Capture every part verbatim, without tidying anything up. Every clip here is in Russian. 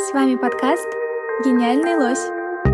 С вами подкаст «Гениальный лось».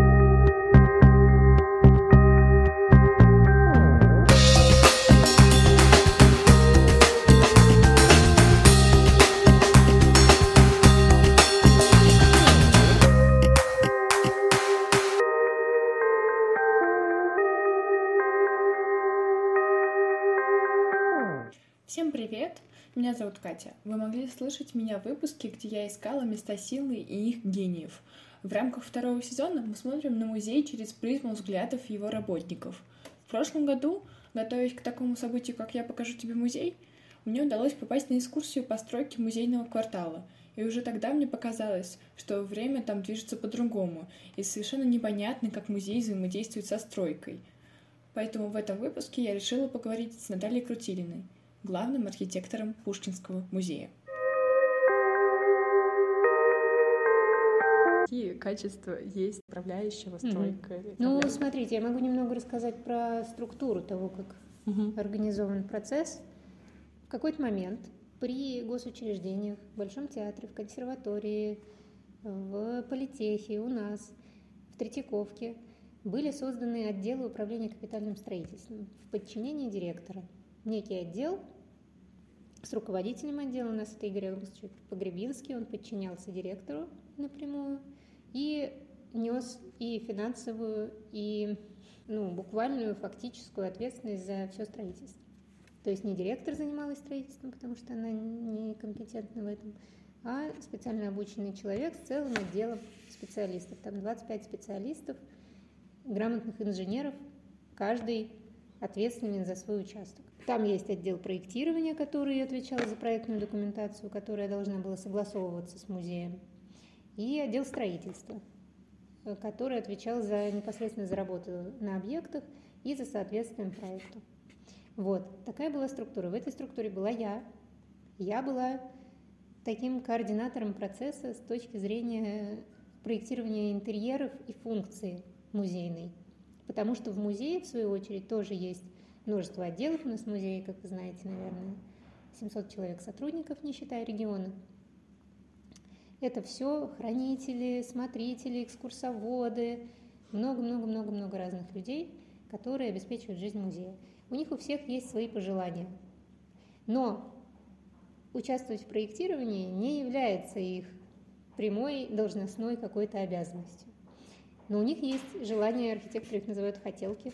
Всем привет! Меня зовут Катя. Вы могли слышать меня в выпуске, где я искала места силы и их гениев. В рамках второго сезона мы смотрим на музей через призму взглядов его работников. В прошлом году, готовясь к такому событию, как «Я покажу тебе музей», мне удалось попасть на экскурсию по стройке музейного квартала. И уже тогда мне показалось, что время там движется по-другому, и совершенно непонятно, как музей взаимодействует со стройкой. Поэтому в этом выпуске я решила поговорить с Натальей Крутилиной, главным архитектором Пушкинского музея. Какие качества есть управляющего стройкой? Mm-hmm. Ну, смотрите, я могу немного рассказать про структуру того, как mm-hmm. организован процесс. В какой-то момент при госучреждениях, в Большом театре, в консерватории, в политехе, у нас, в Третьяковке были созданы отделы управления капитальным строительством в подчинении директора. Некий отдел с руководителем отдела, у нас это Игорь Августович Погребинский, он подчинялся директору напрямую и нес и финансовую, и ну, буквальную, фактическую ответственность за все строительство. То есть не директор занималась строительством, потому что она некомпетентна в этом, а специально обученный человек с целым отделом специалистов. Там двадцать пять специалистов, грамотных инженеров, каждый ответственен за свой участок. Там есть отдел проектирования, который отвечал за проектную документацию, которая должна была согласовываться с музеем, и отдел строительства, который отвечал за, непосредственно за работу на объектах и за соответствие проекту. Вот, такая была структура. В этой структуре была я. Я была таким координатором процесса с точки зрения проектирования интерьеров и функции музейной. Потому что в музее, в свою очередь, тоже есть множество отделов у нас в музее, как вы знаете, наверное, семьсот человек сотрудников, не считая региона. Это все хранители, смотрители, экскурсоводы, много-много-много-много разных людей, которые обеспечивают жизнь музея. У них у всех есть свои пожелания. Но участвовать в проектировании не является их прямой должностной какой-то обязанностью. Но у них есть желание, архитекторы их называют хотелки.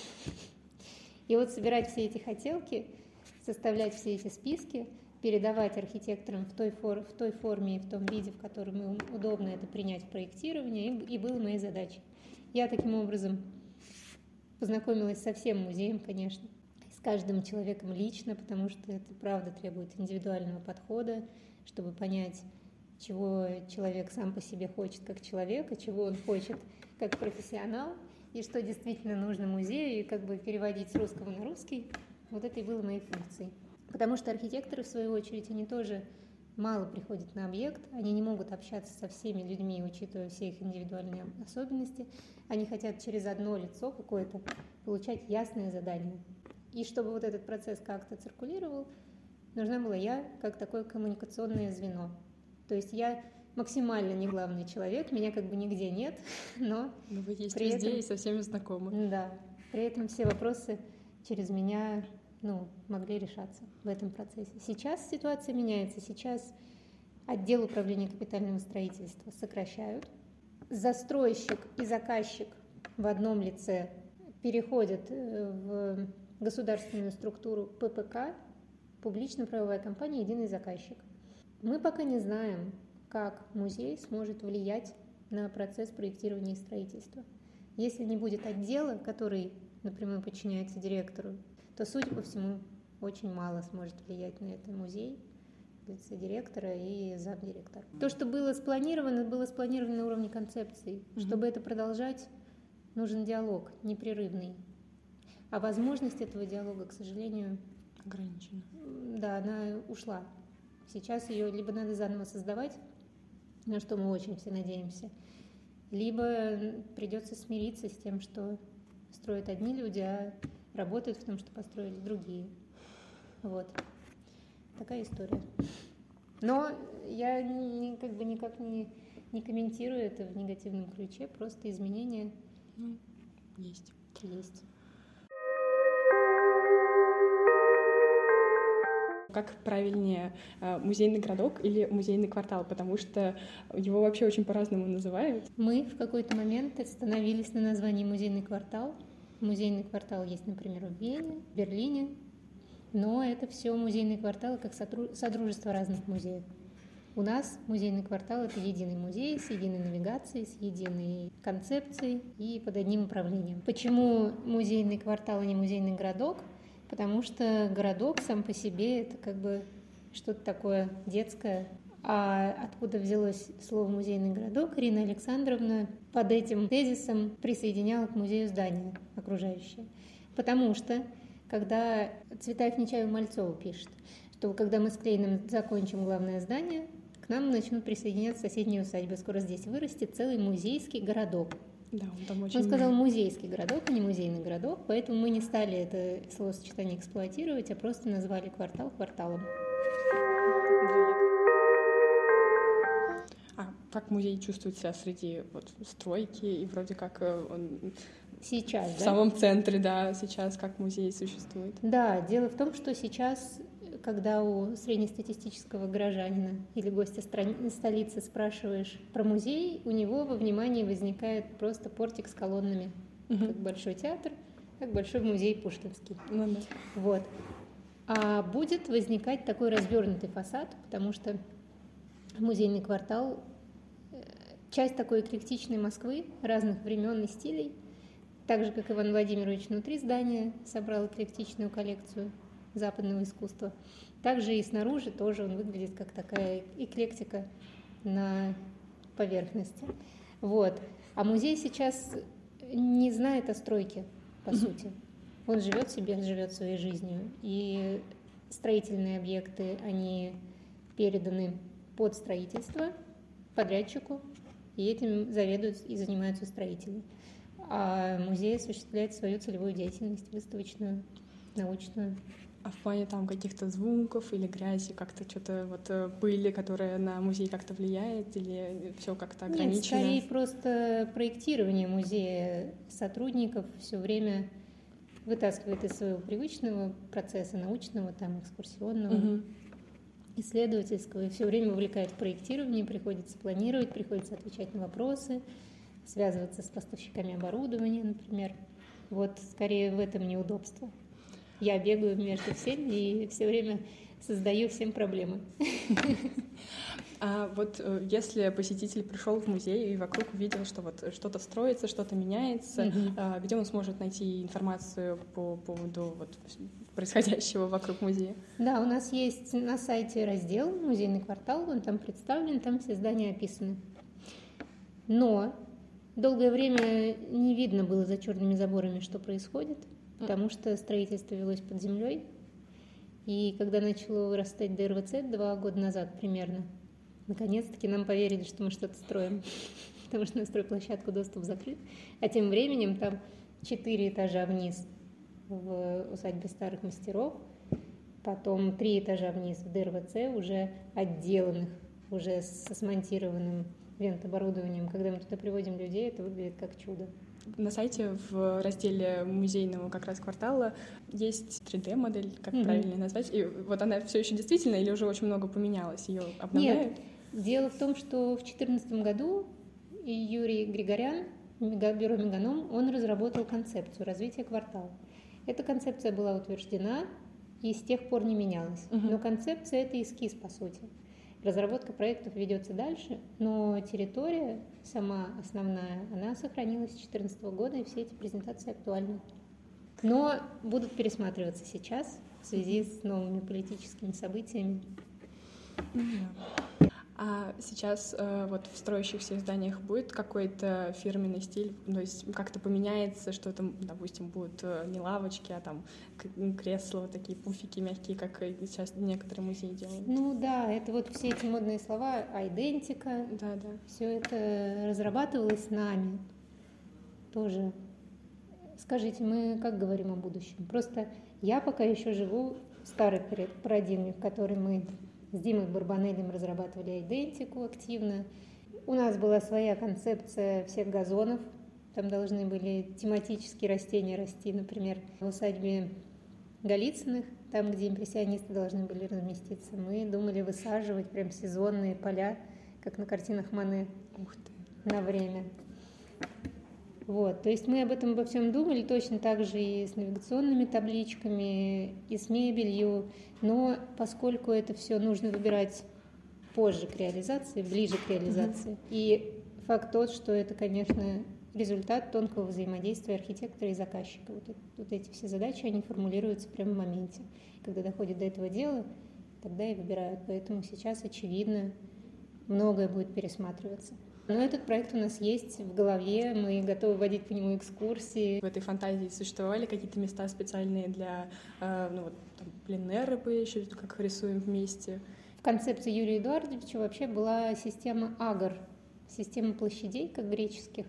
И вот собирать все эти хотелки, составлять все эти списки, передавать архитекторам в той, фор- в той форме и в том виде, в котором им удобно это принять в проектирование, и, и было моей задачей. Я таким образом познакомилась со всем музеем, конечно, с каждым человеком лично, потому что это, правда, требует индивидуального подхода, чтобы понять, чего человек сам по себе хочет как человек, а чего он хочет как профессионал, и что действительно нужно музею, и как бы переводить с русского на русский. Вот это и было моей функцией. Потому что архитекторы, в свою очередь, они тоже мало приходят на объект, они не могут общаться со всеми людьми, учитывая все их индивидуальные особенности. Они хотят через одно лицо какое-то получать ясное задание. И чтобы вот этот процесс как-то циркулировал, нужна была я как такое коммуникационное звено. То есть я максимально не главный человек, меня как бы нигде нет, но... Но вы есть при везде этом, и со всеми знакомы. Да, при этом все вопросы через меня ну, могли решаться в этом процессе. Сейчас ситуация меняется, сейчас отдел управления капитального строительства сокращают, застройщик и заказчик в одном лице переходят в государственную структуру ППК, публично-правовая компания «Единый заказчик». Мы пока не знаем, как музей сможет влиять на процесс проектирования и строительства. Если не будет отдела, который напрямую подчиняется директору, то, судя по всему, очень мало сможет влиять на это музей, лице директора и замдиректора. То, что было спланировано, было спланировано на уровне концепции. Mm-hmm. Чтобы это продолжать, нужен диалог непрерывный. А возможность этого диалога, к сожалению, ограничена. Да, она ушла. Сейчас ее либо надо заново создавать, на что мы очень все надеемся, либо придется смириться с тем, что строят одни люди, а работают в том, что построили другие. Вот. Такая история. Но я не, как бы никак не, не комментирую это в негативном ключе, просто изменения ну, есть. есть. Как правильнее, музейный городок или музейный квартал? Потому что его вообще очень по-разному называют. Мы в какой-то момент остановились на названии музейный квартал. Музейный квартал есть, например, в Вене, в Берлине, но это все музейные кварталы как содружество разных музеев. У нас музейный квартал — это единый музей с единой навигацией, с единой концепцией и под одним управлением. Почему музейный квартал, а не музейный городок? Потому что городок сам по себе — это как бы что-то такое детское. А откуда взялось слово «музейный городок», Ирина Александровна под этим тезисом присоединяла к музею здания окружающее. Потому что, когда Цветаев-Нечаев-Мальцова пишет, что когда мы с Клейном закончим главное здание, к нам начнут присоединяться соседние усадьбы. Скоро здесь вырастет целый музейский городок. Да, он там очень... Он сказал музейский городок, а не музейный городок, поэтому мы не стали это словосочетание эксплуатировать, а просто назвали квартал кварталом. А как музей чувствует себя среди вот, стройки и вроде как он сейчас, в да? самом центре, да, сейчас как музей существует? Да, дело в том, что сейчас, когда у среднестатистического горожанина или гостя столицы спрашиваешь про музей, у него во внимании возникает просто портик с колоннами, угу. как Большой театр, как Большой музей Пушкинский. Ну, да. Вот. А будет возникать такой развернутый фасад, потому что музейный квартал — часть такой эклектичной Москвы разных времен и стилей, так же, как Иван Владимирович внутри здания собрал эклектичную коллекцию западного искусства. Также и снаружи тоже он выглядит как такая эклектика на поверхности. Вот. А музей сейчас не знает о стройке, по сути. Он живет себе, живет своей жизнью. И строительные объекты, они переданы под строительство подрядчику, и этим заведуют и занимаются строители. А музей осуществляет свою целевую деятельность, выставочную, научную. А в плане там каких-то звуков или грязи, как-то что-то вот пыли, которая на музей как-то влияет, или все как-то ограничено? Нет, скорее просто проектирование музея сотрудников все время вытаскивает из своего привычного процесса научного, там, экскурсионного, угу. исследовательского, и все время вовлекает в проектирование, приходится планировать, приходится отвечать на вопросы, связываться с поставщиками оборудования, например. Вот скорее в этом неудобство. Я бегаю между всеми и все время создаю всем проблемы. А вот если посетитель пришел в музей и вокруг увидел, что вот что-то строится, что-то меняется, mm-hmm. где он сможет найти информацию по поводу вот происходящего вокруг музея? Да, у нас есть на сайте раздел «Музейный квартал», он там представлен, там все здания описаны. Но долгое время не видно было за черными заборами, что происходит, потому что строительство велось под землей. И когда начало вырастать дэ эр вэ цэ два года назад примерно, наконец-таки нам поверили, что мы что-то строим, потому что на стройплощадку доступ закрыт. А тем временем там четыре этажа вниз в усадьбе старых мастеров, потом три этажа вниз в дэ эр вэ цэ, уже отделанных, уже со смонтированным вентоборудованием. Когда мы туда приводим людей, это выглядит как чудо. На сайте в разделе музейного как раз квартала есть три дэ-модель, как mm-hmm. правильно назвать. И вот она все еще действительно или уже очень много поменялось? Ее обновляют? Нет. Дело в том, что в две тысячи четырнадцатом году Юрий Григорян, бюро Меганом, он разработал концепцию развития квартала. Эта концепция была утверждена и с тех пор не менялась. Mm-hmm. Но концепция — это эскиз, по сути. Разработка проектов ведется дальше, но территория сама основная, она сохранилась с две тысячи четырнадцатого года, и все эти презентации актуальны. Но будут пересматриваться сейчас в связи с новыми политическими событиями. А сейчас э, вот в строящихся зданиях будет какой-то фирменный стиль, то есть как-то поменяется, что там, допустим, будут не лавочки, а там кресла, вот такие пуфики мягкие, как сейчас некоторые музеи делают? Ну да, это вот все эти модные слова, айдентика, да, да. Все это разрабатывалось нами тоже. Скажите, мы как говорим о будущем? Просто я пока еще живу в старой парадигме, в которой мы С Димой Барбанелем разрабатывали идентику активно. У нас была своя концепция всех газонов. Там должны были тематические растения расти, например, в усадьбе Голицыных, там, где импрессионисты должны были разместиться. Мы думали высаживать прям сезонные поля, как на картинах Мане. Ух ты. На время. Вот, то есть мы об этом обо всем думали, точно так же и с навигационными табличками, и с мебелью, но поскольку это все нужно выбирать позже к реализации, ближе к реализации, mm-hmm. и факт тот, что это, конечно, результат тонкого взаимодействия архитектора и заказчика. Вот, вот эти все задачи, они формулируются прямо в моменте. Когда доходит до этого дела, тогда и выбирают. Поэтому сейчас, очевидно, многое будет пересматриваться. Но этот проект у нас есть в голове, мы готовы водить по нему экскурсии. В этой фантазии существовали какие-то места специальные для, э, ну вот, там, пленэра, как рисуем вместе? В концепции Юрия Эдуардовича вообще была система агор, система площадей, как греческих.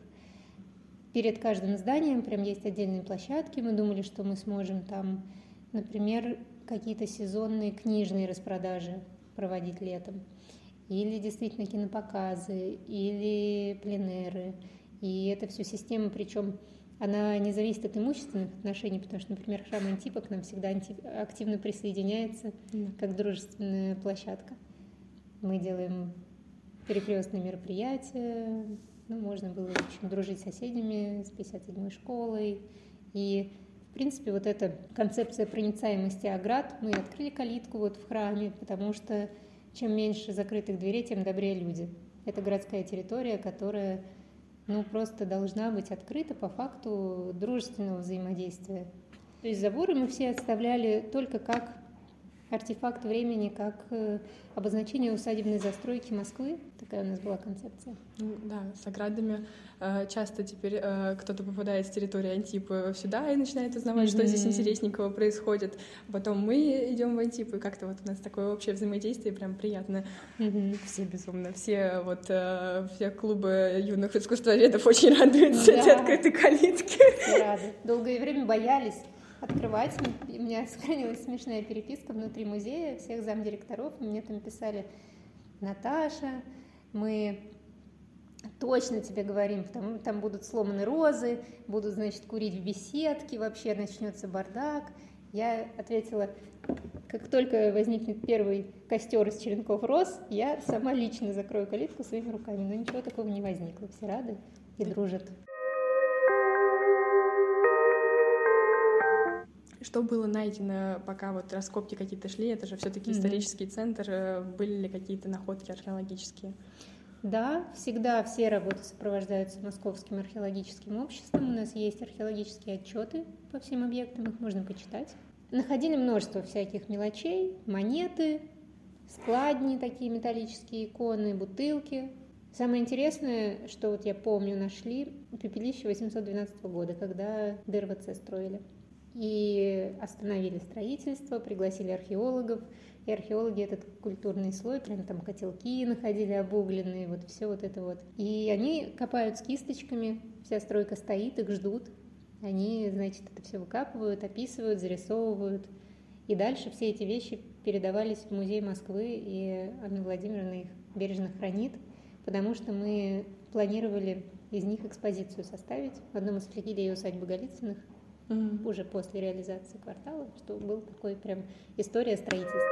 Перед каждым зданием прям есть отдельные площадки. Мы думали, что мы сможем там, например, какие-то сезонные книжные распродажи проводить летом. Или действительно кинопоказы, или пленэры. И это все система, причем она не зависит от имущественных отношений, потому что, например, храм Антипа к нам всегда активно присоединяется mm. как дружественная площадка. Мы делаем перекрестные мероприятия, ну, можно было, в общем, дружить с соседями, с пятьдесят седьмой школой. И, в принципе, вот эта концепция проницаемости оград, мы открыли калитку вот в храме, потому что чем меньше закрытых дверей, тем добрее люди. Это городская территория, которая, ну, просто должна быть открыта по факту дружественного взаимодействия. То есть заборы мы все оставляли только как артефакт времени, как обозначение усадебной застройки Москвы. Такая у нас была концепция. Да, с оградами часто теперь кто-то попадает с территории Антипы сюда и начинает узнавать, mm-hmm. что здесь интересненького происходит. Потом мы идем в Антипу, и как-то вот у нас такое общее взаимодействие, прям приятно. Mm-hmm. Все безумно, все вот все клубы юных искусствоведов очень радуются этой открытой калитке. Рады. Долгое время боялись открывать. У меня сохранилась смешная переписка внутри музея всех замдиректоров. Мне там писали: Наташа, мы точно тебе говорим, потому там будут сломаны розы, будут, значит, курить в беседке, вообще начнется бардак. Я ответила: как только возникнет первый костер из черенков роз, я сама лично закрою калитку своими руками. Но ничего такого не возникло. Все рады и дружат. Что было найдено, пока вот раскопки какие-то шли? Это же все-таки mm-hmm. исторический центр. Были ли какие-то находки археологические? Да, всегда все работы сопровождаются Московским археологическим обществом. У нас есть археологические отчеты по всем объектам, их можно почитать. Находили множество всяких мелочей, монеты, складни, такие металлические иконы, бутылки. Самое интересное, что вот я помню, нашли пепелище восемьсот двенадцатого года, когда ДРВЦ строили. И остановили строительство, пригласили археологов, и археологи этот культурный слой, прям там котелки находили обугленные, вот все вот это вот. И они копают с кисточками, вся стройка стоит, их ждут. Они, значит, это все выкапывают, описывают, зарисовывают. И дальше все эти вещи передавались в музей Москвы, и Анна Владимировна их бережно хранит, потому что мы планировали из них экспозицию составить в одном из флигелей усадьбы Голицыных, Mm-hmm. уже после реализации квартала, что был такой прям история строительства.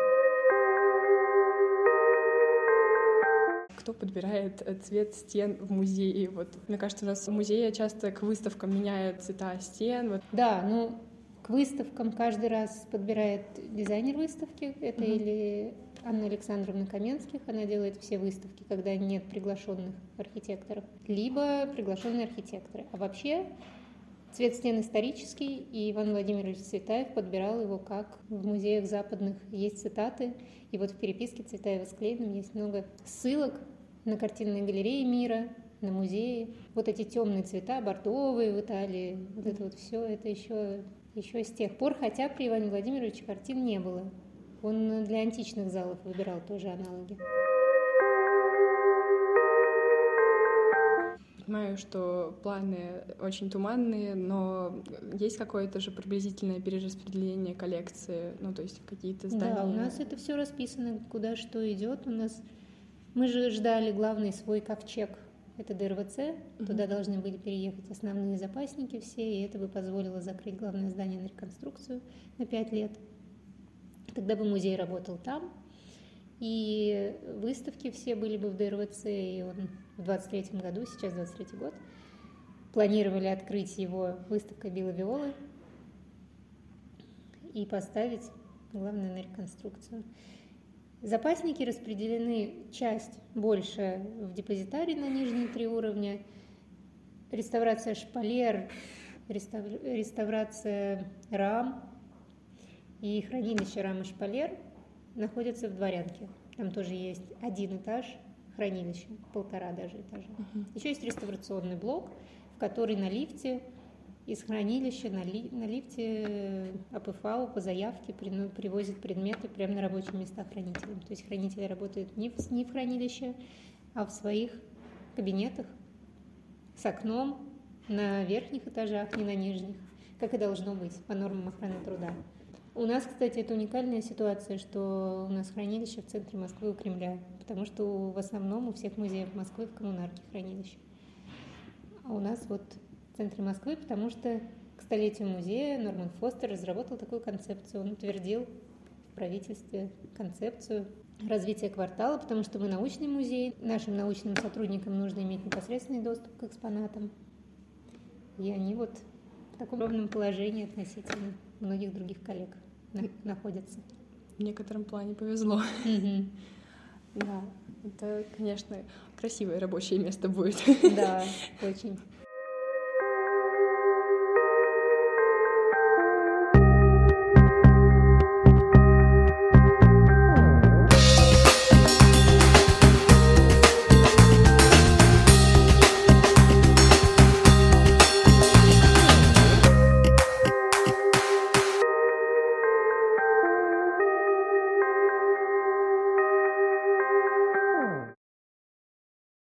Кто подбирает цвет стен в музее? Вот, мне кажется, у нас в музее часто к выставкам меняют цвета стен. Вот. Да, ну, к выставкам каждый раз подбирает дизайнер выставки. Это mm-hmm. или Анна Александровна Каменских, она делает все выставки, когда нет приглашенных архитекторов, либо приглашенные архитекторы. А вообще цвет стен исторический, и Иван Владимирович Цветаев подбирал его как в музеях западных. Есть цитаты, и вот в переписке Цветаева с Клейном есть много ссылок на картинные галереи мира, на музеи. Вот эти темные цвета, бордовые в Италии, вот это вот все, это еще, еще с тех пор, хотя при Иване Владимировиче картин не было. Он для античных залов выбирал тоже аналоги. понимаю, что планы очень туманные, но есть какое-то же приблизительное перераспределение коллекции, ну, то есть какие-то здания. Да, у нас это все расписано, куда что идет. У нас мы же ждали главный свой ковчег, это ДРВЦ. Mm-hmm. Туда должны были переехать основные запасники все, и это бы позволило закрыть главное здание на реконструкцию на пять лет. Тогда бы музей работал там, и выставки все были бы в ДРВЦ, и он в двадцать третьем году, сейчас двадцать третий год, планировали открыть его выставкой Билла Виолы и поставить, главное, на реконструкцию. Запасники распределены, часть больше в депозитарий на нижние три уровня, реставрация шпалер, рестав... реставрация рам и хранилище рам и шпалер находятся в Дворянке. Там тоже есть один этаж хранилища, полтора даже этажа. Uh-huh. Еще есть реставрационный блок, в который на лифте из хранилища на, ли, на лифте АПФАУ по заявке при, ну, привозят предметы прямо на рабочие места хранителям. То есть хранители работают не в, не в хранилище, а в своих кабинетах с окном на верхних этажах, не на нижних, как и должно быть по нормам охраны труда. У нас, кстати, это уникальная ситуация, что у нас хранилище в центре Москвы у Кремля, потому что в основном у всех музеев Москвы в коммунарке хранилище. А у нас вот в центре Москвы, потому что к столетию музея Норман Фостер разработал такую концепцию. Он утвердил в правительстве концепцию развития квартала, потому что мы научный музей, нашим научным сотрудникам нужно иметь непосредственный доступ к экспонатам. И они вот в таком ровном положении относительно многих других коллег находятся. В некотором плане повезло. Mm-hmm. Да, это, конечно, красивое рабочее место будет. Да, очень.